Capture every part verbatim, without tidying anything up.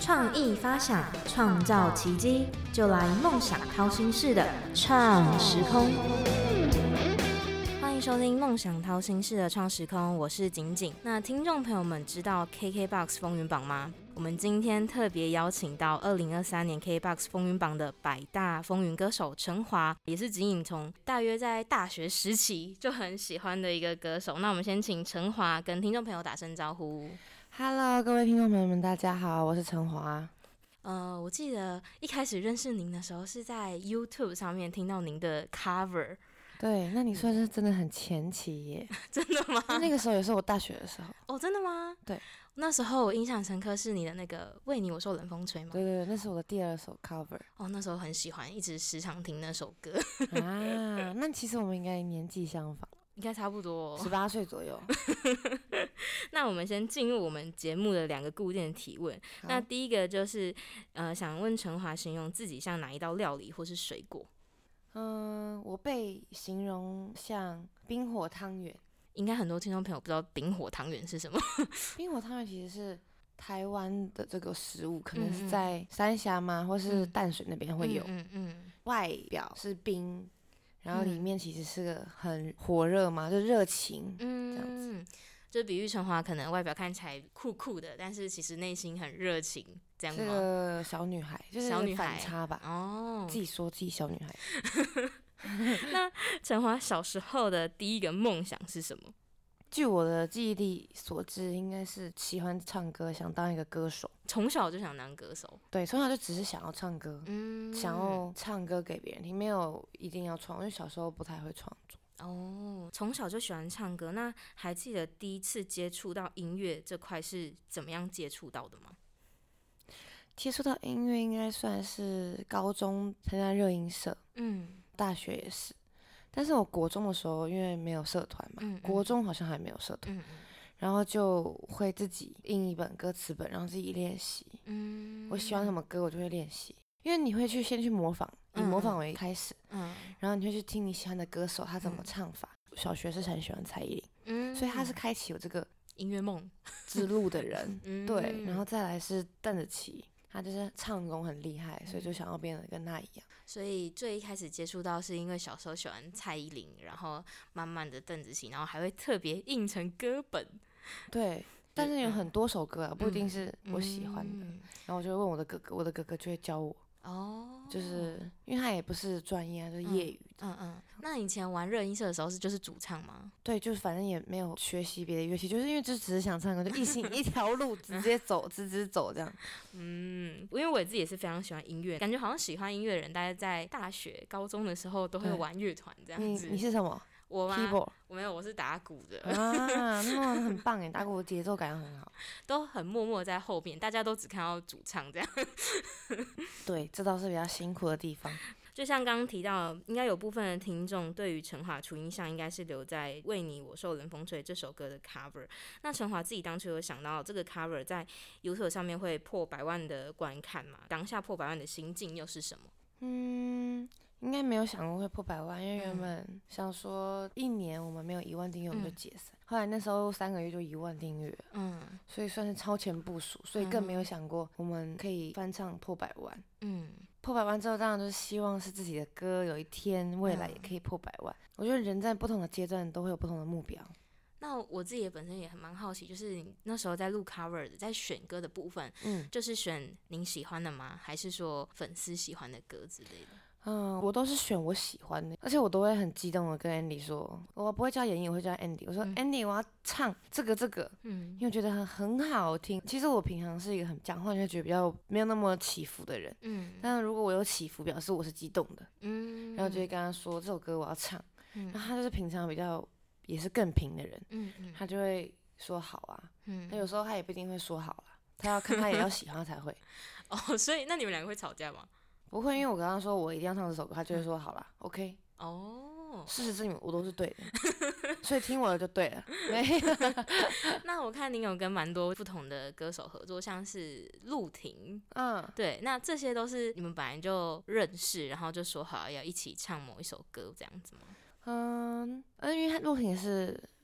创意发想，创造奇迹，就来梦想掏心式的创时空。欢迎收听梦想掏心式的创时空，我是景景。那听众朋友们知道 K K B O X 风云榜吗？我们今天特别邀请到二零二三年 K K B O X 风云榜的百大风云歌手陈华，也是景颖从大约在大学时期就很喜欢的一个歌手。那我们先请陈华跟听众朋友打声招呼。 Hello， 各位听众朋友们，大家好，我是陈华。 呃，我记得一开始认识您的时候是在 YouTube 上面听到您的 cover。 对，那你算是真的很前期耶。 真的吗？ 那个时候也是我大学的时候。 哦，真的吗？ 对， 那时候我印象深刻是你的那个《为你我受冷风吹》吗？ 对对对，那是我的第二首 cover。 哦，那时候很喜欢，一直时常听那首歌。 啊，那其实我们应该年纪相仿， 应该差不多十八岁左右。 那我们先进入我们节目的两个固定的提问。那第一个就是，呃，想问陈华形容自己像哪一道料理或是水果？ 嗯，我被形容像冰火汤圆。 应该很多听众朋友不知道冰火汤圆是什么。 冰火汤圆其实是台湾的这个食物，可能是在三峡嘛，嗯、或是淡水那边会有。嗯 嗯, 嗯，外表是冰，然后里面其实是个很火热嘛，就热情，嗯，这样子。 就比喻陈华可能外表看起来酷酷的，但是其实内心很热情，这样吗？ 是个小女孩，就是有反差吧。哦，自己说自己小女孩。 那陈华小时候的第一个梦想是什么？ 据我的记忆力所知，应该是喜欢唱歌，想当一个歌手。 从小就想当歌手？ 对，从小就只是想要唱歌，嗯，想要唱歌给别人听，没有一定要创，因为小时候不太会创作。 哦，从小就喜欢唱歌，那还记得第一次接触到音乐这块是怎么样接触到的吗？ 接触到音乐应该算是高中参加热音社，嗯，大学也是。但是我国中的时候，因为没有社团嘛，嗯嗯国中好像还没有社团，嗯嗯然后就会自己印一本歌词本，然后自己练习。嗯，我喜欢什么歌，我就会练习。因为你会去先去模仿，以模仿为开始，嗯，然后你会去听你喜欢的歌手他怎么唱法。嗯、小学是很喜欢蔡依林，嗯，所以他是开启我这个音乐梦之路的人，嗯、对。然后再来是邓紫棋，他就是唱功很厉害，所以就想要变得跟他一样。 所以最一开始接触到是因为小时候喜欢蔡依林，然后慢慢的邓紫棋，然后还会特别印成歌本。 对。但是有很多首歌啊，不一定是我喜欢的。嗯、然后我就会问我的哥哥，我的哥哥就会教我。哦，就是因为他也不是专业，就是业余的。嗯 嗯, 嗯。 那以前玩热音社的时候是就是主唱吗？ 对，就是反正也没有学习别的乐器，就是因为就只是想唱歌，就一心一条路直接走，直直走这样。 嗯，因为我自己也是非常喜欢音乐，感觉好像喜欢音乐的人，大家在大学、高中的时候都会玩乐团这样子。 你你是什么？ 我吗 Keyboard 我没有，我是打鼓的啊，那很棒耶，打鼓的节奏感很好， 都很默默在后面，大家都只看到主唱这样。 对，这倒是比较辛苦的地方。 就像刚刚提到，应该有部分的听众对于陈华初印象应该是留在《为你我受冷风吹》这首歌的 cover。那陈华自己当初有想到这个 cover 在 YouTube 上面会破百万的观看嘛？当下破百万的心境又是什么？ 嗯。应该没有想过会破百万，因为原本想说一年我们没有一万订阅我们就解散，嗯、后来那时候三个月就一万订阅，嗯，所以算是超前部署，所以更没有想过我们可以翻唱破百万，嗯，破百万之后当然就是希望是自己的歌有一天未来也可以破百万。嗯、我觉得人在不同的阶段都会有不同的目标。 那我自己也本身也很蛮好奇，就是你那时候在录 cover 的，在选歌的部分，嗯，就是选您喜欢的吗？还是说粉丝喜欢的歌之类的？ 嗯，我都是选我喜欢的，而且我都会很激动的跟 Andy 说，我不会叫演绎，我会叫 Andy， 我说、嗯、Andy 我要唱这个这个，嗯，因为我觉得很很好听。其实我平常是一个很讲话就觉得比较没有那么起伏的人，嗯，但如果我有起伏，表示我是激动的，嗯，然后就会跟他说这首歌我要唱，嗯，然后他就是平常比较也是更平的人，嗯嗯，他就会说好啊，嗯，那有时候他也不一定会说好啦，他要看他也要喜欢才会。 哦，所以那你们两个会吵架吗？ 不会，因为我跟他说我一定要唱这首歌，他就会说好啦 OK。哦，事实证明我都是对的，所以听我的就对了。 那我看您有跟蛮多不同的歌手合作，像是陆婷，嗯，对，那这些都是你们本来就认识，然后就说好要一起唱某一首歌这样子吗？ 嗯，因为陆婷是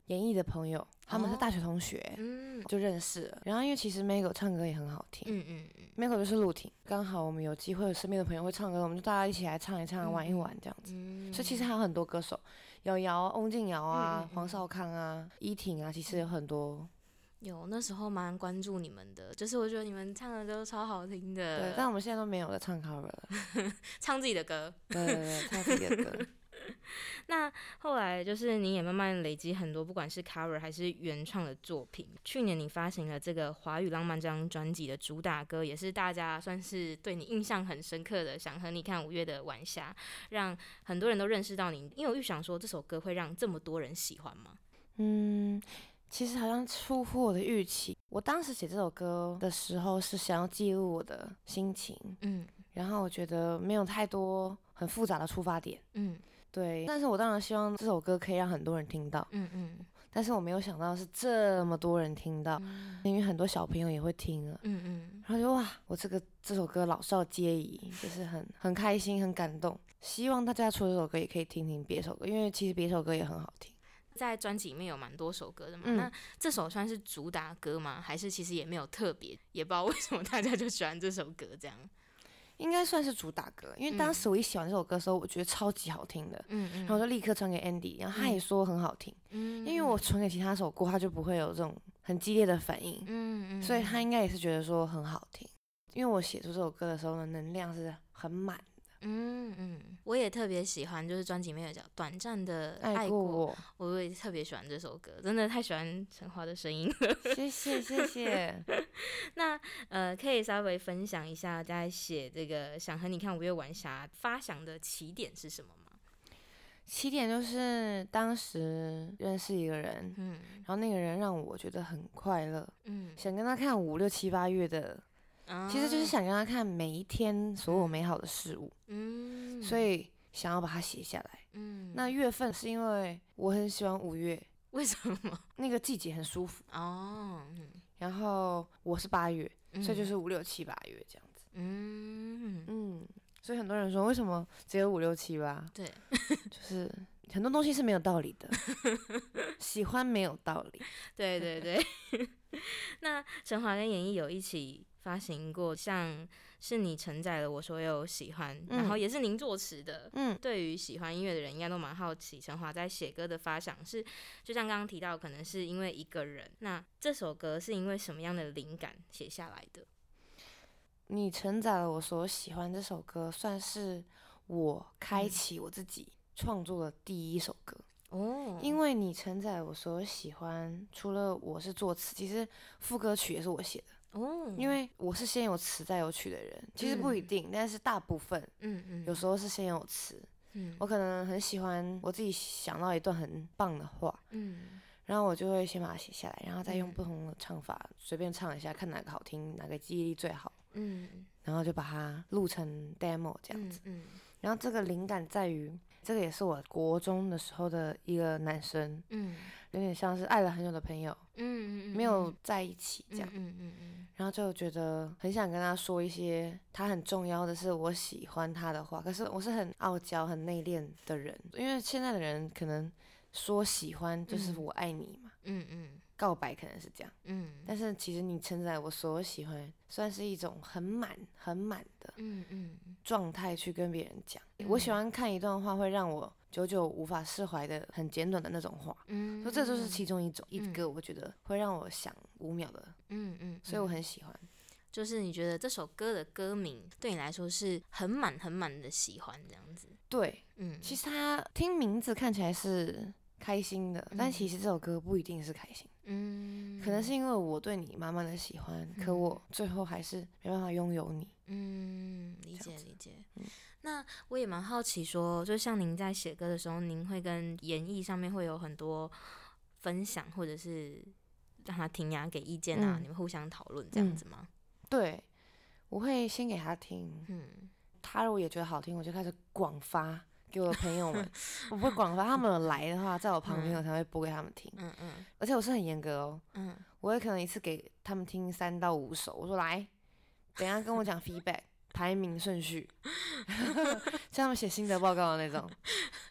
演艺的朋友，他们是大学同学，嗯，就认识了。然后因为其实 Mego 唱歌也很好听，嗯嗯嗯 ，Mego 就是陆婷，刚好我们有机会，身边的朋友会唱歌，我们就大家一起来唱一唱，玩一玩这样子。嗯，所以其实还有很多歌手，瑶瑶、翁静瑶啊、嗯嗯嗯黄少康啊、依婷啊，其实有很多。 有，那时候蛮关注你们的，就是我觉得你们唱的都超好听的。 对，但我们现在都没有在唱 cover 了， 唱自己的歌。 对对对，唱自己的歌。 那后来就是你也慢慢累积很多，不管是 cover 还是原创的作品。去年你发行了这个《华语浪漫》这张专辑的主打歌，也是大家算是对你印象很深刻的《想和你看五月的晚霞》，让很多人都认识到你。因为我预想说这首歌会让这么多人喜欢吗？ 嗯。其实好像出乎我的预期。我当时写这首歌的时候是想要记录我的心情，嗯，然后我觉得没有太多很复杂的出发点，嗯，对。但是我当然希望这首歌可以让很多人听到，嗯嗯。但是我没有想到是这么多人听到，嗯、因为很多小朋友也会听了，嗯嗯。然后就哇，我这个这首歌老少皆宜，就是很很开心，很感动。希望大家除了这首歌也可以听听别首歌，因为其实别首歌也很好听。 在专辑里面有蛮多首歌的嘛，嗯、那这首算是主打歌吗？还是其实也没有特别，也不知道为什么大家就喜欢这首歌这样？ 应该算是主打歌，因为当时我一喜欢这首歌的时候，我觉得超级好听的，嗯嗯，然后我就立刻传给 Andy， 然后他也说很好听，嗯，因为我传给其他首歌，他就不会有这种很激烈的反应，嗯嗯，所以他应该也是觉得说很好听，因为我写出这首歌的时候呢，能量是很满。 嗯嗯，我也特别喜欢，就是专辑里面有叫《短暂的爱过我》，我也特别喜欢这首歌，真的太喜欢陈华的声音了。 谢谢谢谢。 那呃，可以稍微分享一下，在写这个《想和你看五月晚霞》发想的起点是什么吗？ 起点就是当时认识一个人，嗯，然后那个人让我觉得很快乐，嗯，想跟他看五六七八月的。其实就是想跟他看每一天所有美好的事物，嗯，所以想要把它写下来，嗯，那月份是因为我很喜欢五月， 为什么？ 那个季节很舒服哦，嗯，然后我是八月，嗯、所以就是五六七八月这样子，嗯嗯，所以很多人说为什么只有五六七八？ 对， 就是很多东西是没有道理的，喜欢没有道理， 对对对。那陈华跟演艺有一起发行过像是你承载了我所有喜欢、嗯、然后也是您作词的，嗯，对于喜欢音乐的人应该都蛮好奇陈华在写歌的发想是就像刚刚提到可能是因为一个人，那这首歌是因为什么样的灵感写下来的？ 你承载了我所喜欢这首歌算是我开启我自己创作的第一首歌哦，因为你承载我所喜欢，除了我是作词，其实副歌曲也是我写的哦。因为我是先有词再有曲的人，其实不一定，嗯、但是大部分，嗯嗯，有时候是先有词。嗯，我可能很喜欢我自己想到一段很棒的话，嗯，然后我就会先把它写下来，然后再用不同的唱法随便唱一下，看哪个好听，哪个记忆力最好，嗯，然后就把它录成 demo 这样子。嗯，嗯然后这个灵感在于。这个也是我国中的时候的一个男生，嗯，有点像是爱了很久的朋友，嗯嗯嗯，没有在一起这样，嗯嗯嗯，然后就觉得很想跟他说一些他很重要的是我喜欢他的话，可是我是很傲娇很内敛的人，因为现在的人可能说喜欢就是我爱你嘛，嗯嗯，告白可能是这样，嗯，但是其实你承载我所有喜欢，算是一种很满很满的，嗯嗯，状态去跟别人讲。嗯、我喜欢看一段话会让我久久无法释怀的很简短的那种话，嗯，所以这就是其中一种、嗯、一个我觉得会让我想五秒的，嗯嗯，所以我很喜欢。 就是你觉得这首歌的歌名对你来说是很满很满的喜欢这样子？ 对，嗯，其实它听名字看起来是开心的，但其实这首歌不一定是开心，嗯，可能是因为我对你满满的喜欢、嗯，可我最后还是没办法拥有你， 嗯，理解理解、嗯。那我也蛮好奇说，就像您在写歌的时候，您会跟演绎上面会有很多分享，或者是让他听啊，给意见啊，嗯、你们互相讨论这样子吗？嗯对，我会先给他听，嗯，他如果也觉得好听，我就开始广发给我的朋友们。我不会广发，他们有来的话，在我旁边我才会播给他们听。嗯嗯，而且我是很严格哦，嗯，我会可能一次给他们听三到五首，我说来，等一下跟我讲 feedback 排名顺序，像他们写心得报告的那种。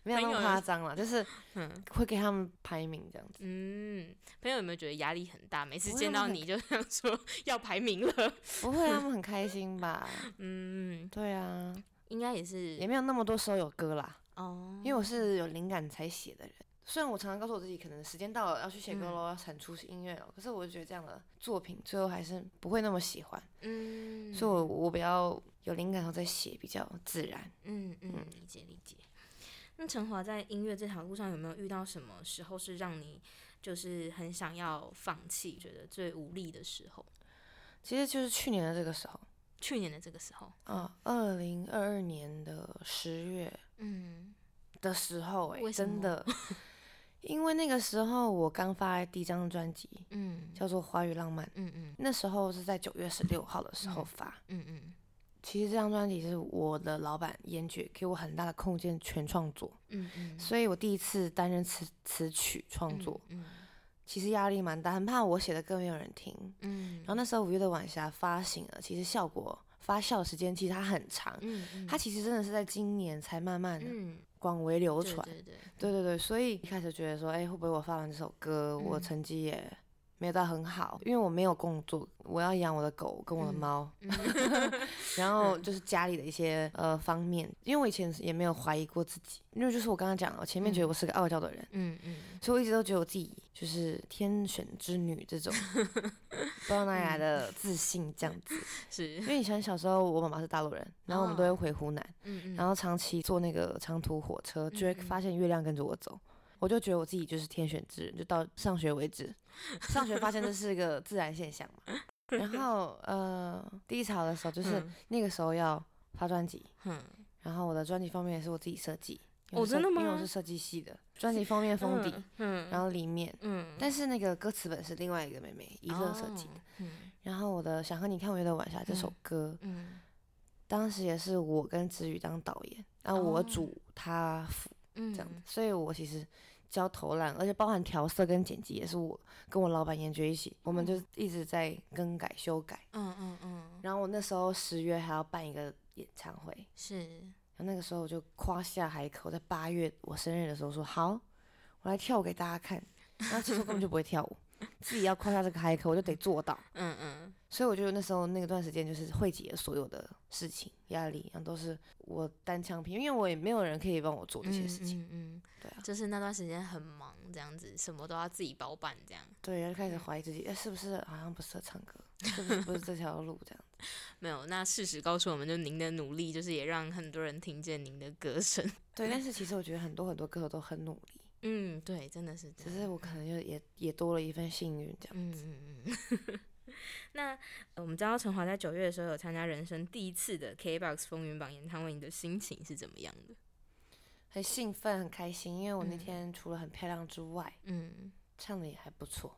没有那么夸张啦，就是会给他们排名这样子。 嗯，朋友有没有觉得压力很大？每次见到你就想说要排名了？ 不会，他们很开心吧？嗯，对啊， 应该也是， 也没有那么多时候有歌啦。哦，因为我是有灵感才写的人。虽然我常常告诉我自己，可能时间到了要去写歌咯，要产出音乐了，可是我就觉得这样的作品最后还是不会那么喜欢。嗯，所以我我比较有灵感后再写比较自然。 嗯嗯，理解理解。那承华在音乐这条路上有没有遇到什么时候是让你就是很想要放弃，觉得最无力的时候？ 其实就是去年的这个时候。 去年的这个时候啊，二零二二年的十月，嗯的时候、欸，哎，真的。因为那个时候我刚发第一张专辑，嗯，叫做《华语浪漫》，嗯嗯，那时候是在九月十六号的时候发，嗯嗯，嗯其实这张专辑是我的老板严爵给我很大的空间全创作，嗯嗯，所以我第一次担任词词曲创作，嗯，嗯其实压力蛮大，很怕我写的歌没有人听，嗯，然后那时候五月的晚霞发行了，其实效果发酵时间其实它很长，嗯嗯，它其实真的是在今年才慢慢的，嗯。广为流传，对对 对, 对对对，所以一开始觉得说，哎、欸，会不会我发完这首歌，嗯、我成绩也没有到很好，因为我没有工作，我要养我的狗跟我的猫，嗯、然后就是家里的一些呃方面，因为我以前也没有怀疑过自己，因为就是我刚刚讲了，我前面觉得我是个傲娇的人，嗯嗯，所以我一直都觉得我自己就是天选之女这种，不知道哪里来的自信这样子，是因为以前小时候我妈妈是大陆人，然后我们都会回湖南，嗯嗯，然后长期坐那个长途火车，就会发现月亮跟着我走。我就觉得我自己就是天选之人，就到上学为止。上学发现这是一个自然现象嘛。然后呃，低潮的时候就是那个时候要发专辑，嗯，然后我的专辑封面也是我自己设计。 哦，真的吗？ 因为我是设计系的，专辑封面封底，嗯，然后里面，嗯，但是那个歌词本是另外一个妹妹一乐设计的。嗯，然后我的想和你看五月的晚霞这首歌，嗯，当时也是我跟子宇当导演，然后我主他辅。这样子，所以我其实焦头烂额，而且包含调色跟剪辑也是我跟我老板严爵一起，我们就一直在更改修改。嗯嗯嗯。然后我那时候十月还要办一个演唱会，是。然后那个时候我就夸下海口，在八月我生日的时候说好，我来跳舞给大家看。然后其实我根本就不会跳舞，自己要夸下这个海口，我就得做到。嗯嗯。所以我觉得那时候那个段时间就是汇集了所有的事情压力，然后都是我单枪匹，因为我也没有人可以帮我做这些事情。嗯 嗯, 嗯，对啊， 就是那段时间很忙，这样子什么都要自己包办，这样。 对，然后开始怀疑自己，哎、欸，是不是好像不适合唱歌，是不是不是这条路这样子？ 没有，那事实告诉我们，就您的努力，就是也让很多人听见您的歌声。 对，但是其实我觉得很多很多歌手都很努力。 嗯，对，真的是这样。 只是我可能就也也多了一份幸运这样子。嗯嗯嗯。那我们知道承华在九月的时候有参加人生第一次的 K B O X 风云榜演唱会，你的心情是怎么样的？ 很兴奋，很开心，因为我那天除了很漂亮之外，嗯，唱的也还不错。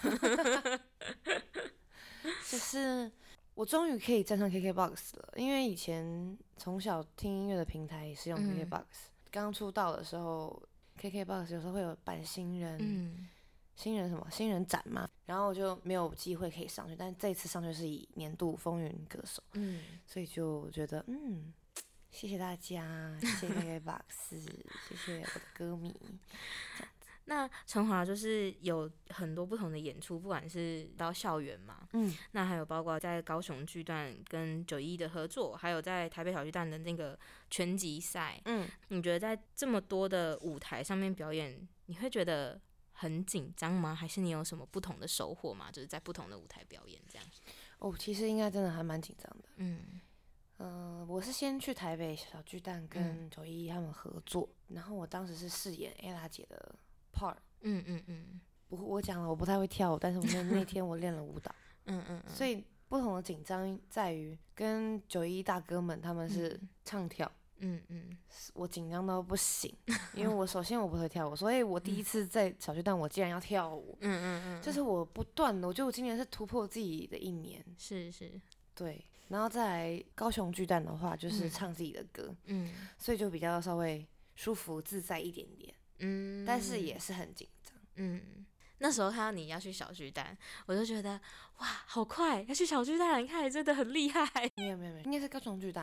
就是我终于可以站上 K K B O X 了，因为以前从小听音乐的平台也是用 K K B O X，刚、嗯、出道的时候 K K B O X 有时候会有版新人。嗯，新人什么新人展嘛，然后我就没有机会可以上去，但这一次上去是以年度风云歌手，嗯，所以就觉得嗯，谢谢大家，谢谢 K K B O X， 谢谢我的歌迷，这样子。 那承华就是有很多不同的演出，不管是到校园嘛，嗯，那还有包括在高雄巨蛋跟九一的合作，还有在台北小巨蛋的那个拳击赛，嗯，你觉得在这么多的舞台上面表演，你会觉得很紧张吗？还是你有什么不同的收获吗？就是在不同的舞台表演这样。 哦，其实应该真的还蛮紧张的。嗯，呃，我是先去台北小巨蛋跟九一他们合作，嗯、然后我当时是饰演 Ella 姐的 part。嗯嗯嗯。不，我讲了我不太会跳舞，但是我那那天我练了舞蹈。嗯, 嗯嗯。所以不同的紧张在于跟九一大哥们他们是唱跳。嗯嗯，我紧张到不行，因为我首先我不会跳舞，所以我第一次在小巨蛋我竟然要跳舞，嗯嗯嗯，就是我不断的，我觉得我今年是突破自己的一年， 是是， 对，然后再来高雄巨蛋的话，就是唱自己的歌，嗯，所以就比较稍微舒服自在一点点，嗯，但是也是很紧张， 嗯。那时候看到你要去小巨蛋，我就觉得哇，好快要去小巨蛋，你看真的很厉害。 没有没有没有，应该是高雄巨蛋啦。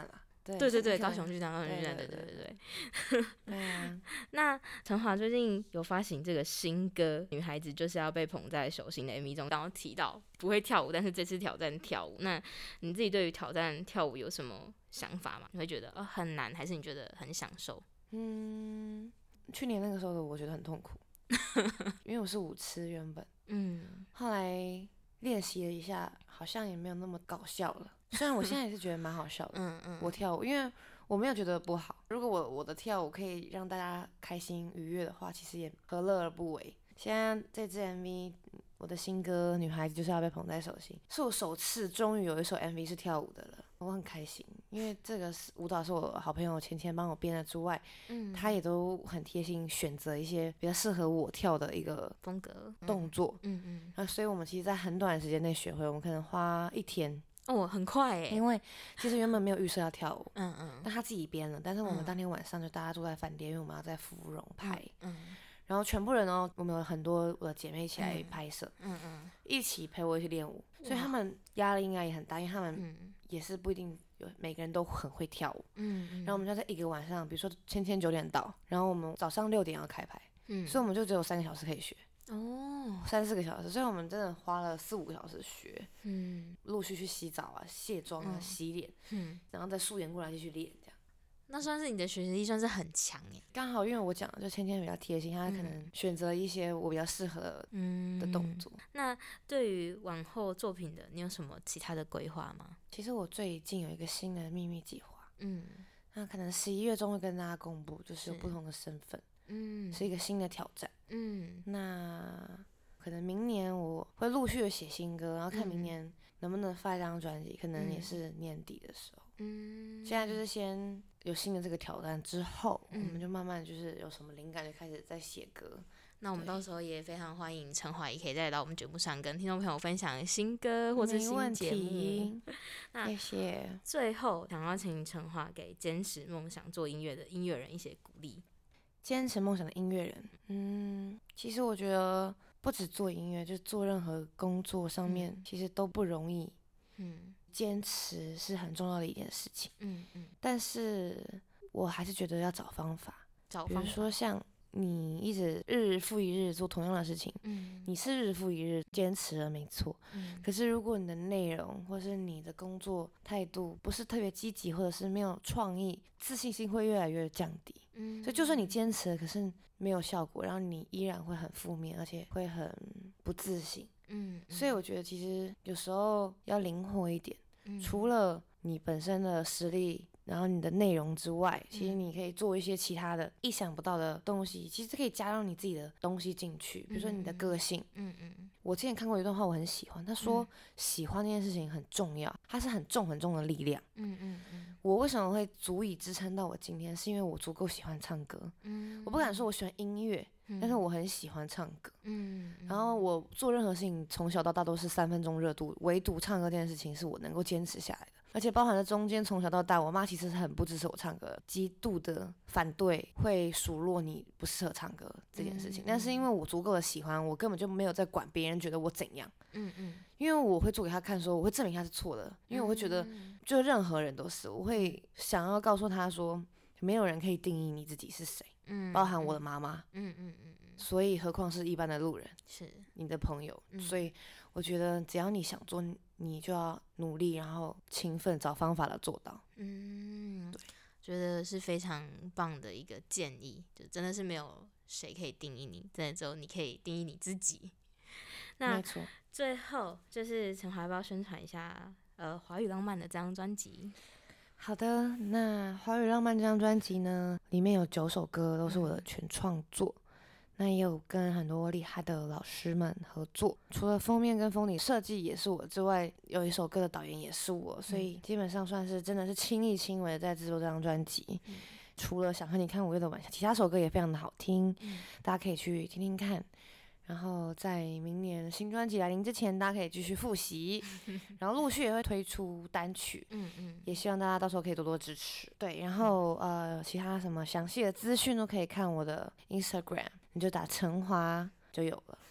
对对对对，高雄巨蛋，高雄巨蛋，对对对对。 对啊。 那陈华最近有发行这个新歌《女孩子就是要被捧在手心》的 M V 中，刚刚提到不会跳舞，但是这次挑战跳舞。那你自己对于挑战跳舞有什么想法吗？你会觉得、呃、很难，还是你觉得很享受？ 嗯，去年那个时候的我觉得很痛苦，因为我是舞痴原本，嗯，后来练习了一下，好像也没有那么搞笑了。虽然我现在也是觉得蛮好笑的，嗯嗯，我跳舞，因为我没有觉得不好。如果我我的跳舞可以让大家开心愉悦的话，其实也何乐而不为。现在这支 M V， 我的新歌《女孩子就是要被捧在手心》，是我首次终于有一首 M V 是跳舞的了，我很开心。因为这个舞蹈是我好朋友芊芊帮我编的之外，嗯，他也都很贴心选择一些比较适合我跳的一个风格动作，嗯嗯，嗯，所以我们其实在很短的时间内学会，我们可能花一天。 哦，很快耶！ 因为其实原本没有预设要跳舞，嗯嗯，但他自己编了，但是我们当天晚上就大家住在饭店，因为我们要在芙蓉拍，嗯，然后全部人哦，我们有很多我的姐妹一起来拍摄，嗯嗯，一起陪我一起练舞，所以他们压力应该也很大，因为他们也是不一定有每个人都很会跳舞，嗯嗯，然后我们就在一个晚上，比如说芊芊九点到，然后我们早上六点要开拍，嗯，所以我们就只有三个小时可以学。哦，三四个小时，所以我们真的花了四五个小时学，嗯，陆续去洗澡啊、卸妆啊、嗯、洗脸，嗯，然后再素颜过来继续练，这样。 那算是你的学习力算是很强耶。 刚好因为我讲的就芊芊比较贴心，她可能选择一些我比较适合的动作。 嗯、那对于往后作品的，你有什么其他的规划吗？ 其实我最近有一个新的秘密计划，嗯，那可能十一月中会跟大家公布，就是有不同的身份。嗯，是一个新的挑战。嗯，那可能明年我会陆续的写新歌，然后看明年能不能发一张专辑，可能也是年底的时候。嗯，现在就是先有新的这个挑战之后，嗯、我们就慢慢就是有什么灵感就开始在写歌。 那我们到时候也非常欢迎陈华也可以再来到我们节目上跟听众朋友分享新歌或者新节目。 谢谢。 最后想要请陈华给坚持梦想做音乐的音乐人一些鼓励。 坚持梦想的音乐人，嗯，其实我觉得不止做音乐，就是做任何工作上面，嗯、其实都不容易。嗯，坚持是很重要的一件事情。嗯嗯，但是我还是觉得要找方法， 找方法， 比如说像你一直日复一日做同样的事情，嗯，你是日复一日坚持了没错，嗯，可是如果你的内容或是你的工作态度不是特别积极，或者是没有创意，自信心会越来越降低。嗯，所以就算你坚持了，可是没有效果，然后你依然会很负面，而且会很不自信。嗯，嗯，所以我觉得其实有时候要灵活一点，嗯，除了你本身的实力，然后你的内容之外，其实你可以做一些其他的意想不到的东西，其实可以加入你自己的东西进去，比如说你的个性。嗯嗯嗯。我之前看过一段话，我很喜欢，他说、嗯、喜欢这件事情很重要，它是很重很重的力量。嗯嗯嗯。我为什么会足以支撑到我今天，是因为我足够喜欢唱歌。嗯。我不敢说我喜欢音乐，嗯、但是我很喜欢唱歌。嗯, 嗯。然后我做任何事情从小到大都是三分钟热度，唯独唱歌这件事情是我能够坚持下来的。而且包含了中间从小到大，我妈其实是很不支持我唱歌，极度的反对，会数落你不适合唱歌这件事情。嗯、但是因为我足够的喜欢，我根本就没有在管别人觉得我怎样。嗯嗯。因为我会做给他看说，我会证明他是错的，因为我会觉得，就任何人都是，我会想要告诉他说，没有人可以定义你自己是谁，嗯，包含我的妈妈，嗯嗯嗯嗯，所以何况是一般的路人， 是你的朋友，嗯、所以我觉得只要你想做，你就要努力，然后勤奋找方法来做到。 嗯，对，觉得是非常棒的一个建议，就真的是没有谁可以定义你，真的只有你可以定义你自己。那没错。 最后就是陈华要不要宣传一下呃华语浪漫的这张专辑？ 好的，那华语浪漫这张专辑呢，里面有九首歌都是我的全创作。嗯，那也有跟很多厉害的老师们合作，除了封面跟封底设计也是我之外，有一首歌的导演也是我，所以基本上算是真的是亲力亲为的在制作这张专辑。嗯、除了想和你看五月的晚霞，其他首歌也非常的好听，嗯、大家可以去听听看。然后在明年新专辑来临之前，大家可以继续复习，然后陆续也会推出单曲，嗯嗯，也希望大家到时候可以多多支持。对，然后呃，其他什么详细的资讯都可以看我的 Instagram， 你就打陈华就有了。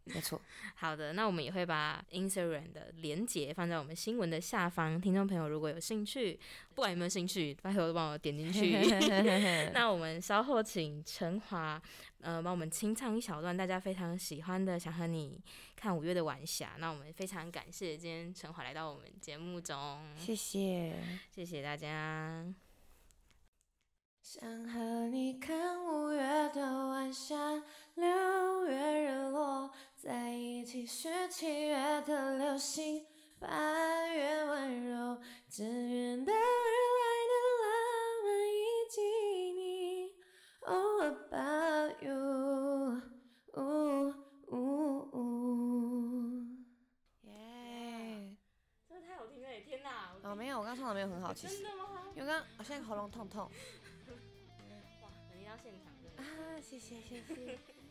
没错。 好的，那我们也会把 Instagram 的连结放在我们新闻的下方，听众朋友如果有兴趣，不管有没有兴趣，拜托都帮我点进去。那我们稍后请陈华，呃，帮我们清唱一小段大家非常喜欢的《想和你看五月的晚霞》。那我们非常感谢今天陈华来到我们节目中， 谢谢， 谢谢大家。 想和你看五月的晚霞，六月日落，在一起学七月的流星，八月温柔，只愿等而来的浪漫以及你。All about you， 呜呜呜。 耶！ 真的太好听了，天哪！ 哦，没有，我刚唱的没有很好，其实。 真的吗？ 因为刚我现在喉咙痛痛。 哇，肯定要现场的。 啊，谢谢谢谢。